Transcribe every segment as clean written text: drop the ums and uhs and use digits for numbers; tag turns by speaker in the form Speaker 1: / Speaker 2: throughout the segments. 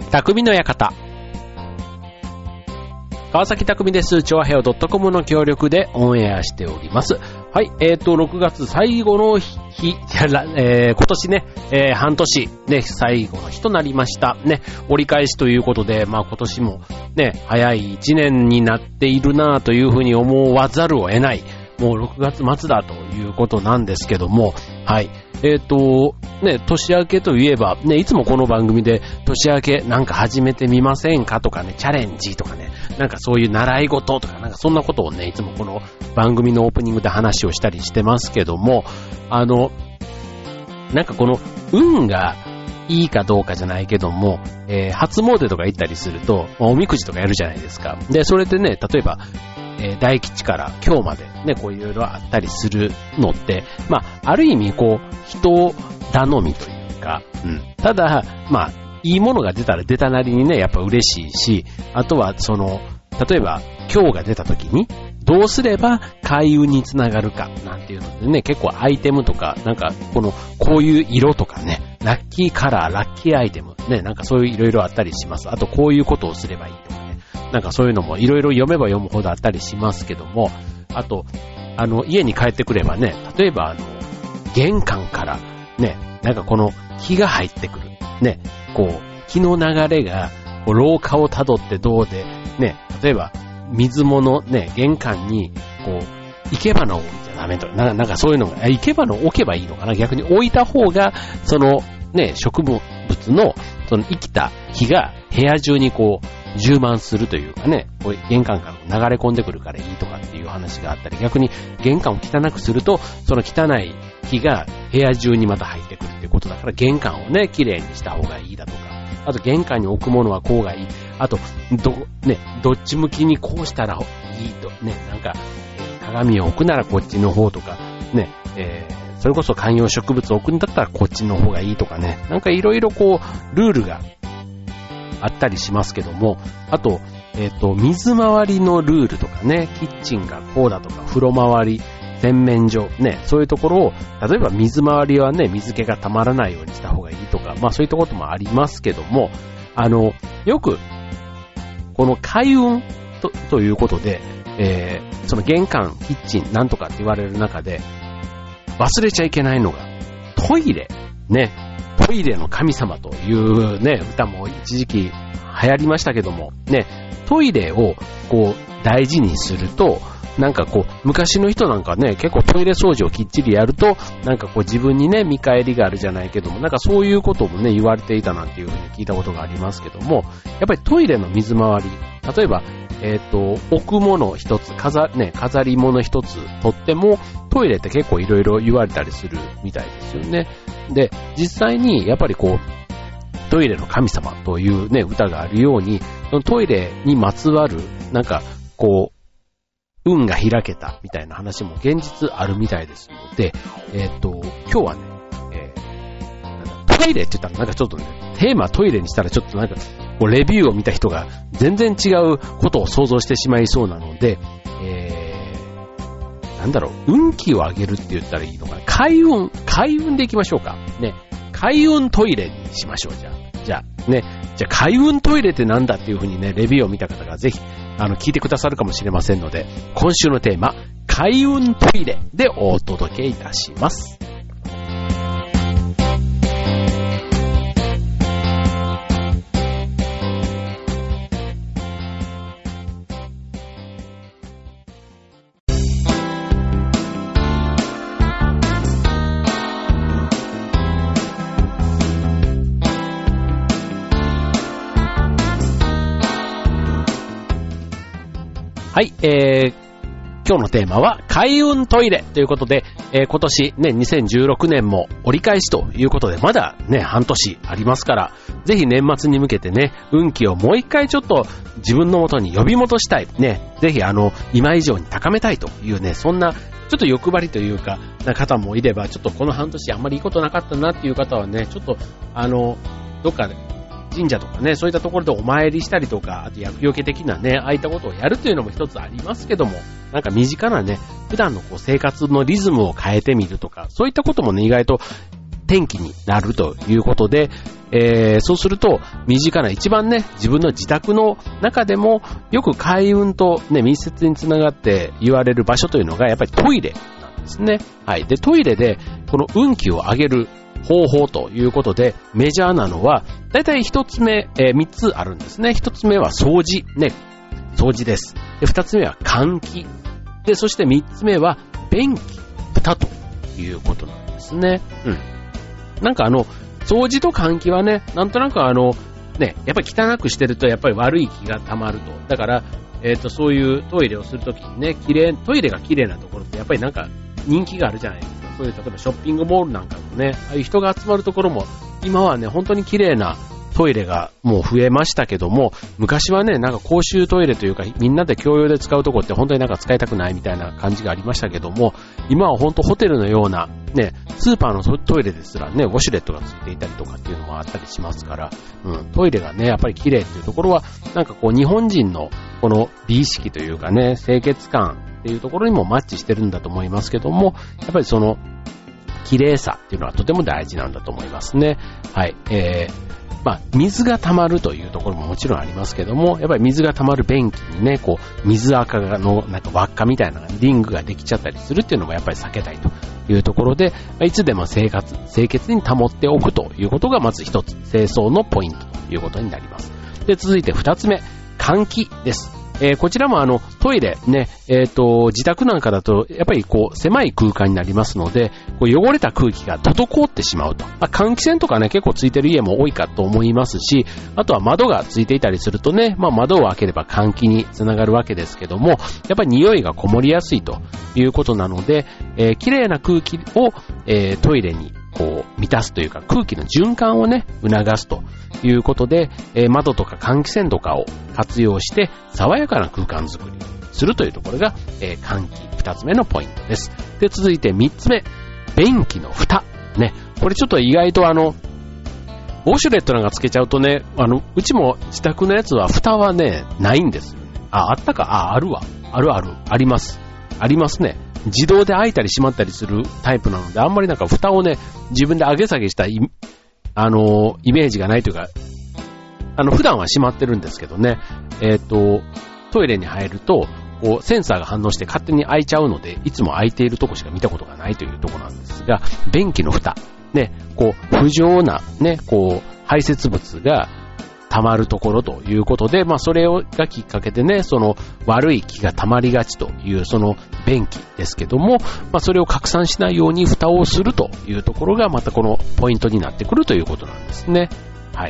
Speaker 1: 匠の館。川崎匠です。調和平和 .com の協力でオンエアしております。はい、6月最後の日、今年ね、半年ね、最後の日となりました。ね、折り返しということで、まあ今年もね、早い1年になっているなというふうに思わざるを得ない、もう6月末だということなんですけども、はい。ね、年明けといえば、ね、いつもこの番組で年明けなんか始めてみませんかとかね、チャレンジとかね、なんかそういう習い事とかなんかそんなことをね、いつもこの番組のオープニングで話をしたりしてますけども、なんかこの運がいいかどうかじゃないけども、初詣とか行ったりすると、おみくじとかやるじゃないですか。で、それでね、例えば、大吉から今日までね、こういろいろあったりするのって、まあ、ある意味こう、人頼みというか、ただ、まあ、いいものが出たら出たなりにね、やっぱ嬉しいし、あとはその、例えば今日が出た時に、どうすれば開運につながるか、なんていうのでね、結構アイテムとか、なんかこういう色とかね、ラッキーカラー、ラッキーアイテム、ね、なんかそういういろいろあったりします。あとこういうことをすればいいとかね、なんかそういうのもいろいろ読めば読むほどあったりしますけども、あと、家に帰ってくればね、例えば玄関からね、なんかこの気が入ってくる。ね、こう、気の流れが、こう廊下を辿ってどうで、ね、例えば、水物ね、玄関に、こう、生け花を置いちゃダメとか、なんかそういうのが、生け花を置けばいいのかな、逆に置いた方が、その、ね、植物の、その生きた火が部屋中にこう、充満するというかね、こう玄関から流れ込んでくるからいいとかっていう話があったり、逆に玄関を汚くすると、その汚い火が部屋中にまた入ってくるっていうことだから、玄関をね、綺麗にした方がいいだとか、あと玄関に置くものはこうがいい、あと、どっち向きにこうしたらいいと、ね、なんか、鏡を置くならこっちの方とか、ね、それこそ観葉植物を置くんだったらこっちの方がいいとかね、なんかいろいろこう、ルールがあったりしますけども、あと、水回りのルールとかね、キッチンがこうだとか、風呂回り、洗面所、ね、そういうところを、例えば水回りはね、水気がたまらないようにした方がいいとか、まあそういったこともありますけども、よく、この開運ということで、その玄関、キッチン、なんとかって言われる中で、忘れちゃいけないのが、トイレ、ね、トイレの神様というね、歌も一時期流行りましたけども、ね、トイレをこう大事にすると、なんかこう、昔の人なんかね、結構トイレ掃除をきっちりやると、なんかこう自分にね、見返りがあるじゃないけども、なんかそういうこともね、言われていたなんていうふうに聞いたことがありますけども、やっぱりトイレの水回り、例えば、置くもの一つ、飾り物一つとっても、トイレって結構いろいろ言われたりするみたいですよね。で、実際にやっぱりこう、トイレの神様というね、歌があるように、そのトイレにまつわる、なんかこう、運が開けたみたいな話も現実あるみたいですので、今日はね、トイレって言ったらなんかちょっとね、テーマトイレにしたらちょっとなんか、こうレビューを見た人が全然違うことを想像してしまいそうなので、なんだろう、運気を上げるって言ったらいいのかな。開運でいきましょうか。ね。開運トイレにしましょう、じゃあ開運トイレってなんだっていうふうにね、レビューを見た方がぜひ、聞いてくださるかもしれませんので、今週のテーマ、開運トイレでお届けいたします。はい、今日のテーマは開運トイレということで、今年ね、2016年も折り返しということで、まだね、半年ありますから、ぜひ年末に向けてね、運気をもう一回ちょっと自分の元に呼び戻したい。ね、ぜひ今以上に高めたいというね、そんな、ちょっと欲張りというか、な方もいれば、ちょっとこの半年あんまりいいことなかったなっていう方はね、ちょっと、どっかで、神社とかね、そういったところでお参りしたりとか、あと厄除け的なね、ああいったことをやるというのも一つありますけども、なんか身近なね、普段のこう生活のリズムを変えてみるとか、そういったこともね、意外と転機になるということで、 そうすると、身近な一番ね、自分の自宅の中でも、よく開運とね、密接につながって言われる場所というのが、やっぱりトイレなんですね。はい。で、トイレで、この運気を上げる方法ということで、メジャーなのは、だいたい一つ目、三つあるんですね。一つ目は掃除。ね。掃除です。で、二つ目は換気。で、そして三つ目は、便器。蓋ということなんですね。うん。なんか掃除と換気はね、なんとなくね、やっぱり汚くしてるとやっぱり悪い気が溜まると。だから、そういうトイレをするときにね、トイレが綺麗なところってやっぱりなんか人気があるじゃないですか。そういう例えばショッピングモールなんかもね、ああいう人が集まるところも、今はね、本当に綺麗なトイレがもう増えましたけども、昔はね、なんか公衆トイレというか、みんなで共用で使うとこって本当になんか使いたくないみたいな感じがありましたけども、今は本当ホテルのような、ね、スーパーのトイレですらね、ウォシュレットがついていたりとかっていうのもあったりしますから、トイレがね、やっぱり綺麗っていうところは、なんかこう日本人のこの美意識というかね、清潔感っていうところにもマッチしてるんだと思いますけども、やっぱりその、綺麗さっていうのはとても大事なんだと思いますね。はい。水が溜まるというところももちろんありますけども、やっぱり水が溜まる便器にね、こう、水垢のなんか輪っかみたいなリングができちゃったりするっていうのもやっぱり避けたいというところで、いつでも清潔に保っておくということがまず一つ、清掃のポイントということになります。で、続いて二つ目、換気です。こちらもトイレね、自宅なんかだと、やっぱりこう、狭い空間になりますので、こう汚れた空気が滞ってしまうと。換気扇とかね、結構ついてる家も多いかと思いますし、あとは窓がついていたりするとね、窓を開ければ換気につながるわけですけども、やっぱり匂いがこもりやすいということなので、綺麗な空気を、トイレにこう満たすというか空気の循環をね促すということで、窓とか換気扇とかを活用して爽やかな空間づくりをするというところが、換気2つ目のポイントです。で、続いて3つ目、便器の蓋ね。これちょっと意外とウォシュレットなんかつけちゃうとね、うちも自宅のやつは蓋はねないんですよね。あったか、あるわ、ありますね。自動で開いたり閉まったりするタイプなので、あんまりなんか蓋をね、自分で上げ下げしたイメージがないというか、普段は閉まってるんですけどね、トイレに入ると、こう、センサーが反応して勝手に開いちゃうので、いつも開いているとこしか見たことがないというとこなんですが、便器の蓋、ね、こう、不浄な、ね、こう、排泄物が、溜まるところということで、それがきっかけでね、その悪い気が溜まりがちというその便器ですけども、それを拡散しないように蓋をするというところがまたこのポイントになってくるということなんですね。はい。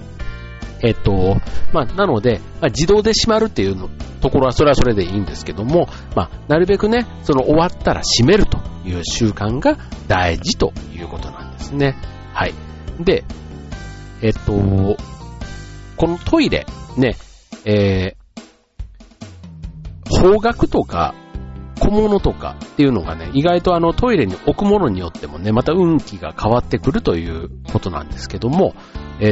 Speaker 1: なので、自動で閉まるっていうところはそれはそれでいいんですけども、なるべくね、その終わったら閉めるという習慣が大事ということなんですね。はい。で、このトイレ、ね、方角とか小物とかっていうのがね、意外とトイレに置くものによってもね、また運気が変わってくるということなんですけども、例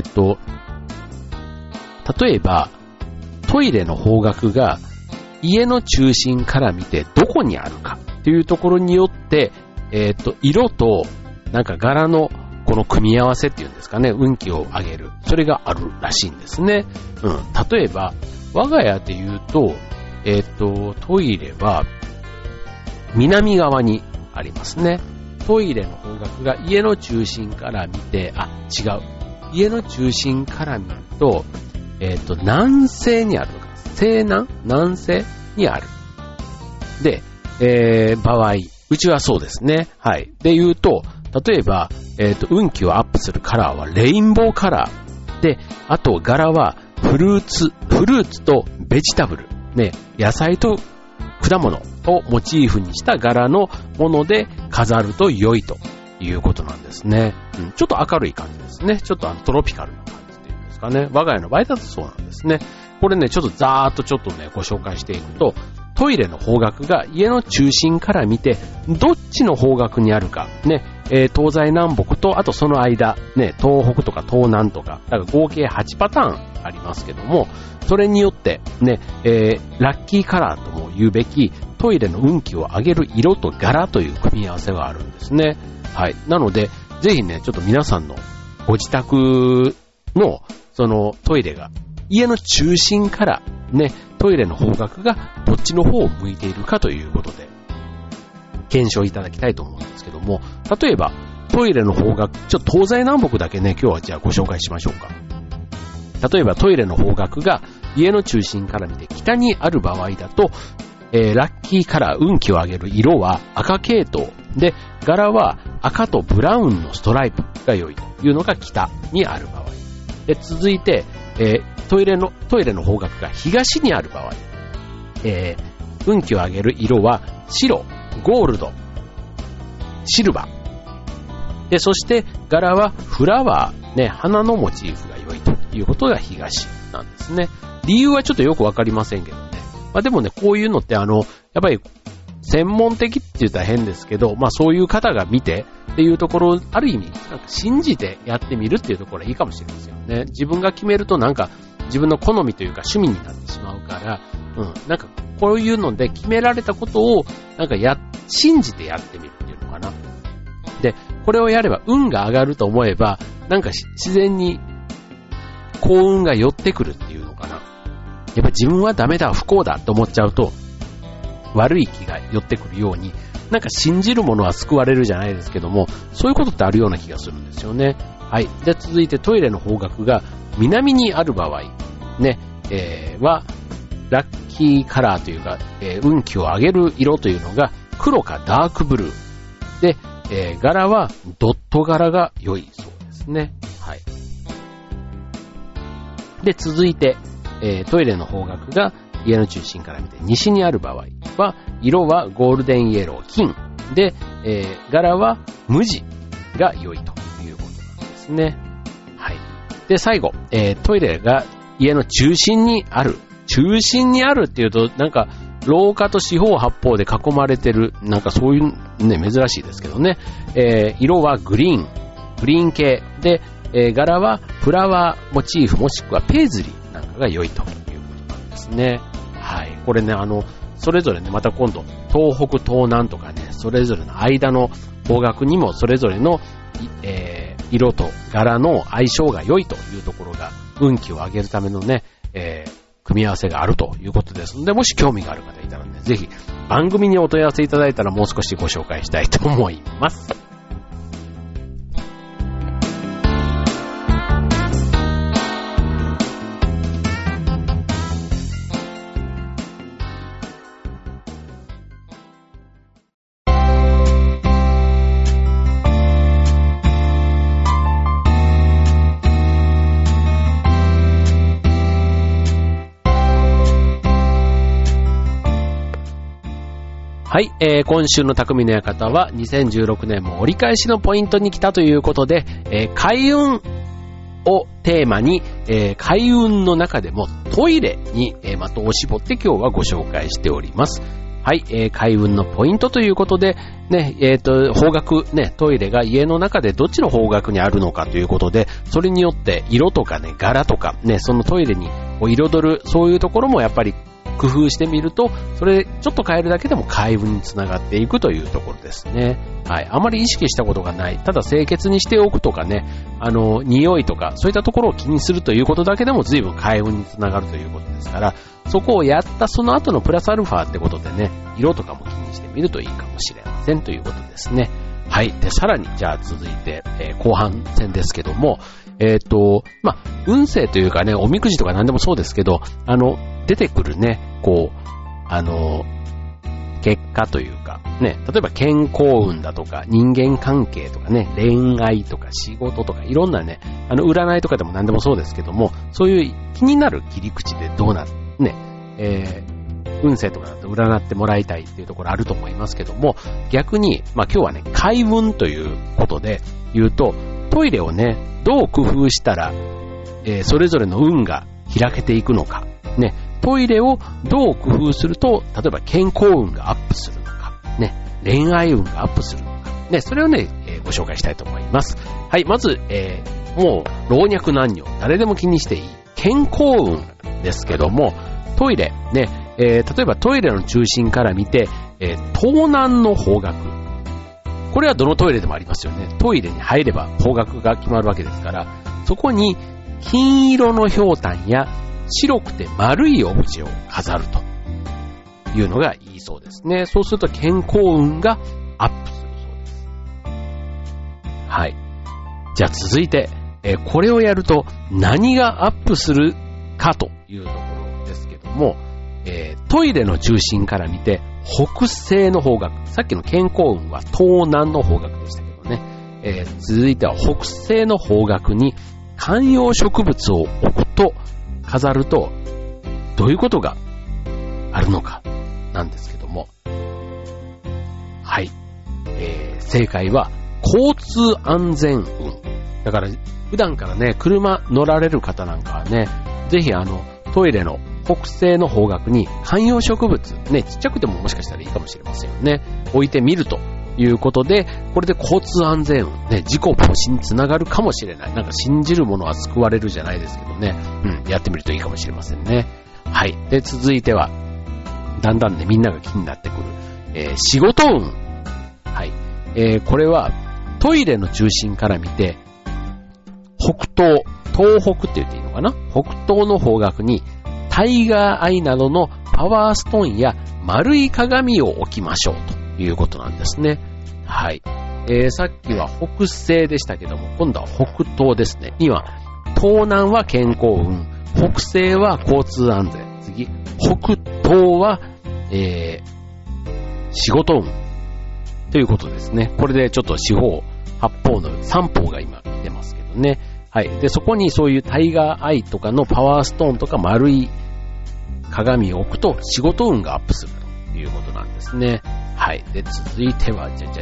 Speaker 1: えば、トイレの方角が家の中心から見てどこにあるかっていうところによって、色となんか柄のこの組み合わせっていうんですかね、運気を上げる。それがあるらしいんですね。例えば、我が家で言うと、トイレは南側にありますね。トイレの方角が家の中心から見て、違う。家の中心から見ると、南西にあるのか。南西にある。で、場合、うちはそうですね。はい。で言うと、例えば、運気をアップするカラーはレインボーカラー。で、あと柄はフルーツとベジタブル。ね、野菜と果物をモチーフにした柄のもので飾ると良いということなんですね。ちょっと明るい感じですね。ちょっとトロピカルな感じっていうんですかね。我が家の場合だとそうなんですね。これね、ちょっとざーっとちょっとね、ご紹介していくと、トイレの方角が家の中心から見て、どっちの方角にあるか、ね、東西南北と、あとその間、ね、東北とか東南とか、だから合計8パターンありますけども、それによって、ね、ラッキーカラーとも言うべき、トイレの運気を上げる色と柄という組み合わせがあるんですね。はい。なので、ぜひね、ちょっと皆さんのご自宅のそのトイレが家の中心からね、トイレの方角がどっちの方を向いているかということで検証いただきたいと思うんですけども、例えばトイレの方角、ちょっと東西南北だけね、今日はじゃあご紹介しましょうか。例えばトイレの方角が家の中心から見て北にある場合だと、ラッキーカラー、運気を上げる色は赤系統で、柄は赤とブラウンのストライプが良いというのが北にある場合で、続いて、トイレの方角が東にある場合、運気を上げる色は白、ゴールド、シルバーで、そして柄はフラワー、ね、花のモチーフが良いということが東なんですね。理由はちょっとよくわかりませんけどね。まあでもね、こういうのってやっぱり専門的って言ったら変ですけど、まあそういう方が見てっていうところをある意味なんか信じてやってみるっていうところはいいかもしれませんよね。自分が決めるとなんか自分の好みというか趣味になってしまうから、なんかこういうので決められたことをなんか信じてやってみるっていうのかな。で、これをやれば運が上がると思えば、なんか自然に幸運が寄ってくるっていうのかな。やっぱ自分はダメだ、不幸だと思っちゃうと、悪い気が寄ってくるように、なんか信じるものは救われるじゃないですけども、そういうことってあるような気がするんですよね。はい。で、続いてトイレの方角が南にある場合、ね、は、ラッキーカラーというか、運気を上げる色というのが黒かダークブルー。で、柄はドット柄が良いそうですね。はい。で、続いて、トイレの方角が家の中心から見て西にある場合は、色はゴールデンイエロー、金で、柄は無地が良いということなんですね。はい。で、最後、トイレが家の中心にあるっていうと、なんか廊下と四方八方で囲まれてる、なんかそういうね、珍しいですけどね。色はグリーン系で、柄はフラワーモチーフもしくはペイズリーなんかが良いということなんですね。はい。これね、それぞれね、また今度、東北、東南とかね、それぞれの間の方角にもそれぞれの、色と柄の相性が良いというところが、運気を上げるためのね、組み合わせがあるということですので、もし興味がある方いたらね、ぜひ番組にお問い合わせいただいたらもう少しご紹介したいと思います。はい、今週の匠の館は2016年も折り返しのポイントに来たということで、開運をテーマに、開運の中でもトイレに、的を絞って今日はご紹介しております。はい、開運のポイントということで、ね、方角、ね、トイレが家の中でどっちの方角にあるのかということで、それによって色とかね、柄とか、ね、そのトイレに彩る、そういうところもやっぱり工夫してみると、それちょっと変えるだけでも開運につながっていくというところですね。はい。あまり意識したことがない。ただ清潔にしておくとかね、匂いとか、そういったところを気にするということだけでも随分開運につながるということですから、そこをやったその後のプラスアルファってことでね、色とかも気にしてみるといいかもしれませんということですね。はい。で、さらに、じゃあ続いて、後半戦ですけども、運勢というかね、おみくじとか何でもそうですけど、出てくるね、結果というか、ね、例えば健康運だとか、人間関係とかね、恋愛とか仕事とか、いろんなね、占いとかでも何でもそうですけども、そういう気になる切り口でどうなる、ね、運勢とかだと占ってもらいたいっていうところあると思いますけども、逆に、今日はね、開運ということで言うと、トイレをね、どう工夫したら、それぞれの運が開けていくのか、ね、トイレをどう工夫すると、例えば健康運がアップするのか、ね、恋愛運がアップするのか、ね、それをね、ご紹介したいと思います。はい、まず、もう老若男女、誰でも気にしていい健康運ですけども、トイレ、ね、例えばトイレの中心から見て、東南の方角これはどのトイレでもありますよね。トイレに入れば方角が決まるわけですから、そこに金色のひょうたんや白くて丸いオブジェを飾るというのがいいそうですね。そうすると健康運がアップするそうです。はい。じゃあ続いて、これをやると何がアップするかというところですけども、トイレの中心から見て北西の方角、さっきの健康運は東南の方角でしたけどね、続いては北西の方角に観葉植物を置くと、飾るとどういうことがあるのかなんですけども、はい、正解は交通安全運。だから普段からね、車乗られる方なんかはね、ぜひトイレの北西の方角に観葉植物、ね、ちっちゃくてももしかしたらいいかもしれませんよね。置いてみるということで、これで交通安全運、ね、事故防止につながるかもしれない。なんか信じる者は救われるじゃないですけどね。やってみるといいかもしれませんね。はい。で、続いては、だんだんね、みんなが気になってくる、仕事運。はい。これは、トイレの中心から見て、北東、東北って言っていいのかな？北東の方角に、タイガーアイなどのパワーストーンや丸い鏡を置きましょうということなんですね。はい。さっきは北西でしたけども、今度は北東ですね。今、東南は健康運、北西は交通安全、次、北東は、仕事運ということですね。これでちょっと四方、八方の三方が今来てますけどね。はい。で、そこにそういうタイガーアイとかのパワーストーンとか丸い鏡を置くと仕事運がアップするということなんですね。はい。で、続いては、じゃん。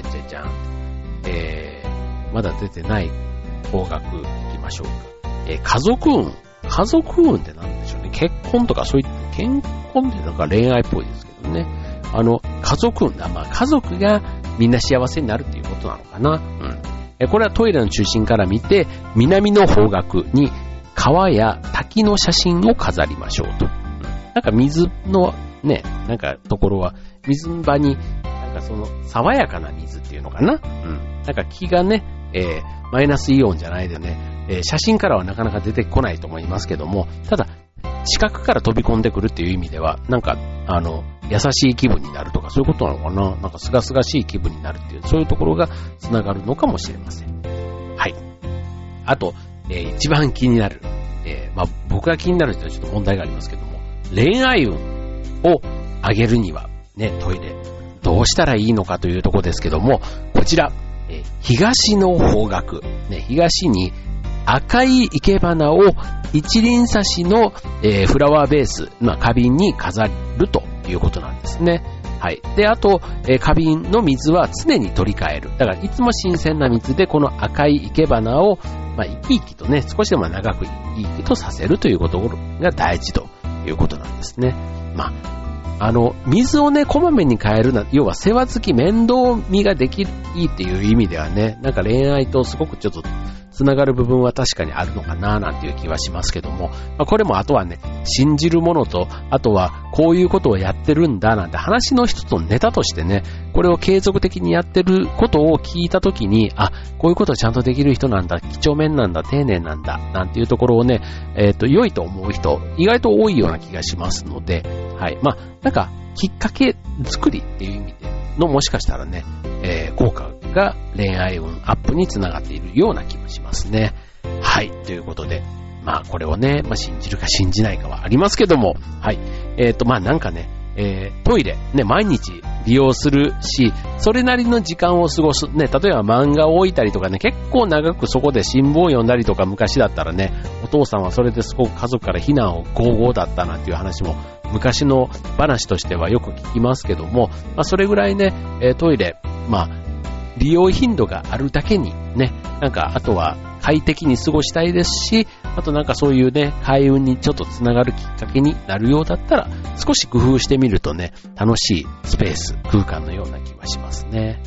Speaker 1: まだ出てない方角いきましょうか。家族運。家族運って何でしょうね。結婚とかそういった、結婚ってなんか恋愛っぽいですけどね。家族運だ。まあ家族がみんな幸せになるっていうことなのかな。これはトイレの中心から見て、南の方角に川や滝の写真を飾りましょうと。なんか水のね、なんかところは、水場に、なんかその爽やかな水っていうのかな。なんか気がね、マイナスイオンじゃないでね、写真からはなかなか出てこないと思いますけども、ただ、視覚から飛び込んでくるっていう意味では、なんか、優しい気分になるとか、そういうことなのかな。なんか、すがすがしい気分になるっていう、そういうところがつながるのかもしれません。はい。あと、一番気になる、僕が気になるっていうのはちょっと問題がありますけども、恋愛運を上げるには、ね、トイレ、どうしたらいいのかというところですけども、こちら、東の方角、ね、東に赤い生け花を一輪挿しの、フラワーベース、花瓶に飾るということなんですね。はい。で、あと、花瓶の水は常に取り替える。だから、いつも新鮮な水でこの赤い生け花を、生き生きとね、少しでも長く生き生きとさせるということが大事ということなんですね。水をね、こまめに変えるな、要は世話好き、面倒見ができる、いいっていう意味ではね、なんか恋愛とすごくちょっとつながる部分は確かにあるのかななんていう気はしますけども、これもあとはね、信じるものと、あとはこういうことをやってるんだなんて話の一つのネタとしてね、これを継続的にやってることを聞いたときに、こういうことをちゃんとできる人なんだ、几帳面なんだ、丁寧なんだ、なんていうところをね、良いと思う人、意外と多いような気がしますので、はい。なんか、きっかけ作りっていう意味での、もしかしたらね、効果が恋愛運アップにつながっているような気もしますね。はい。ということで、これをね、信じるか信じないかはありますけども、はい。なんかね、トイレ、ね、毎日利用するし、それなりの時間を過ごす。ね、例えば漫画を置いたりとかね、結構長くそこで新聞を読んだりとか、昔だったらね、お父さんはそれですごく家族から非難をゴーゴーだったなんていう話も、昔の話としてはよく聞きますけども、それぐらいね、トイレ、利用頻度があるだけにね、なんかあとは快適に過ごしたいですし、あとなんかそういうね、開運にちょっとつながるきっかけになるようだったら、少し工夫してみるとね、楽しいスペース、空間のような気はしますね。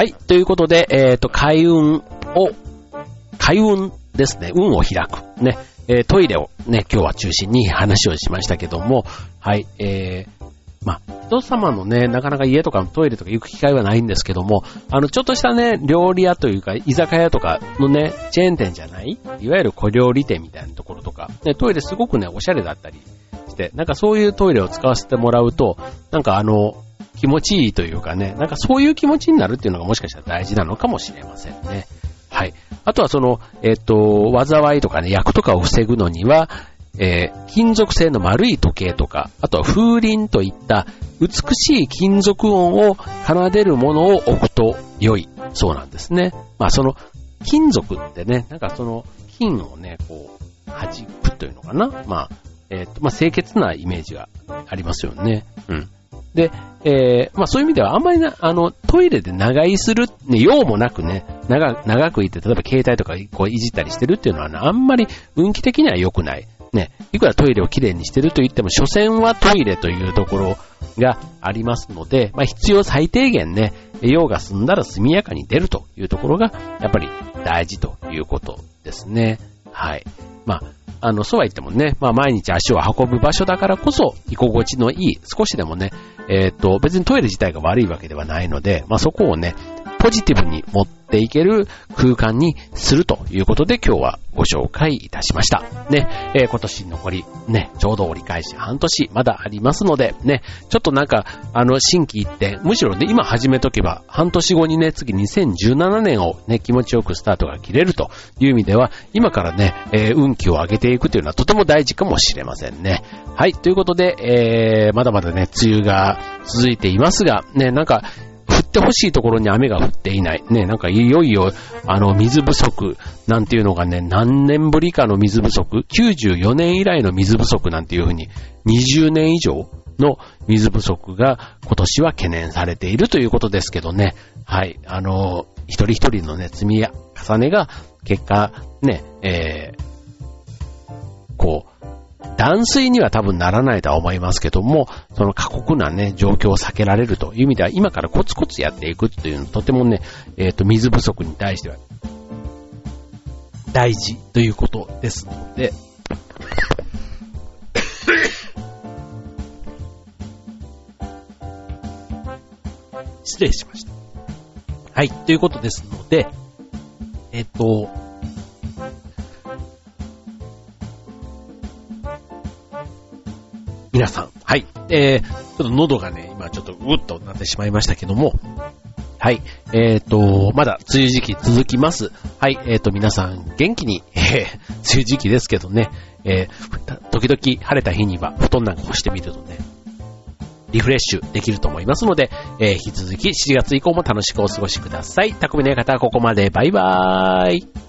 Speaker 1: はい。ということで、開運ですね。運を開く。ね。トイレをね、今日は中心に話をしましたけども、はい。人様のね、なかなか家とかトイレとか行く機会はないんですけども、ちょっとしたね、料理屋というか、居酒屋とかのね、チェーン店じゃない、いわゆる小料理店みたいなところとか、ね、トイレすごくね、おしゃれだったりして、なんかそういうトイレを使わせてもらうと、なんか気持ちいいというかね、なんかそういう気持ちになるっていうのがもしかしたら大事なのかもしれませんね。はい。あとは災いとかね、厄とかを防ぐのには、金属製の丸い時計とか、あとは風鈴といった美しい金属音を奏でるものを置くと良いそうなんですね。金属ってね、なんか金をね、こう、弾くというのかな。清潔なイメージがありますよね。うん。で、そういう意味ではあんまりトイレで長居する、ね、用もなくね、長くいて、例えば携帯とかこういじったりしてるっていうのはね、あんまり運気的には良くない。ね、いくらトイレをきれいにしてると言っても、所詮はトイレというところがありますので、必要最低限ね、用が済んだら速やかに出るというところが、やっぱり大事ということですね。はい。そうは言ってもね、毎日足を運ぶ場所だからこそ、居心地のいい、少しでもね、別にトイレ自体が悪いわけではないので、そこをね、ポジティブに持っていける空間にするということで今日はご紹介いたしました。ね、今年残りね、ちょうど折り返し半年まだありますので、ね、ちょっとなんか、新規一点、むしろね、今始めとけば、半年後にね、次2017年をね、気持ちよくスタートが切れるという意味では、今からね、運気を上げていくというのはとても大事かもしれませんね。はい、ということで、まだまだね、梅雨が続いていますが、ね、なんか、降ってほしいところに雨が降っていない。ね、なんかいよいよ、水不足なんていうのがね、何年ぶりかの水不足、94年以来の水不足なんていうふうに、20年以上の水不足が今年は懸念されているということですけどね。はい、一人一人のね、積み重ねが、結果、ね、断水には多分ならないとは思いますけども、その過酷なね、状況を避けられるという意味では、今からコツコツやっていくというのはとてもね、水不足に対しては大事ということですので、失礼しました。はい、ということですので、皆さん、はい、ちょっと喉がね、今ちょっとうっとなってしまいましたけども、はい、まだ梅雨時期続きます。はい、皆さん元気に、梅雨時期ですけどね、時々晴れた日には布団なんか干してみるとね、リフレッシュできると思いますので、引き続き7月以降も楽しくお過ごしください。匠の館はここまで。バイバーイ。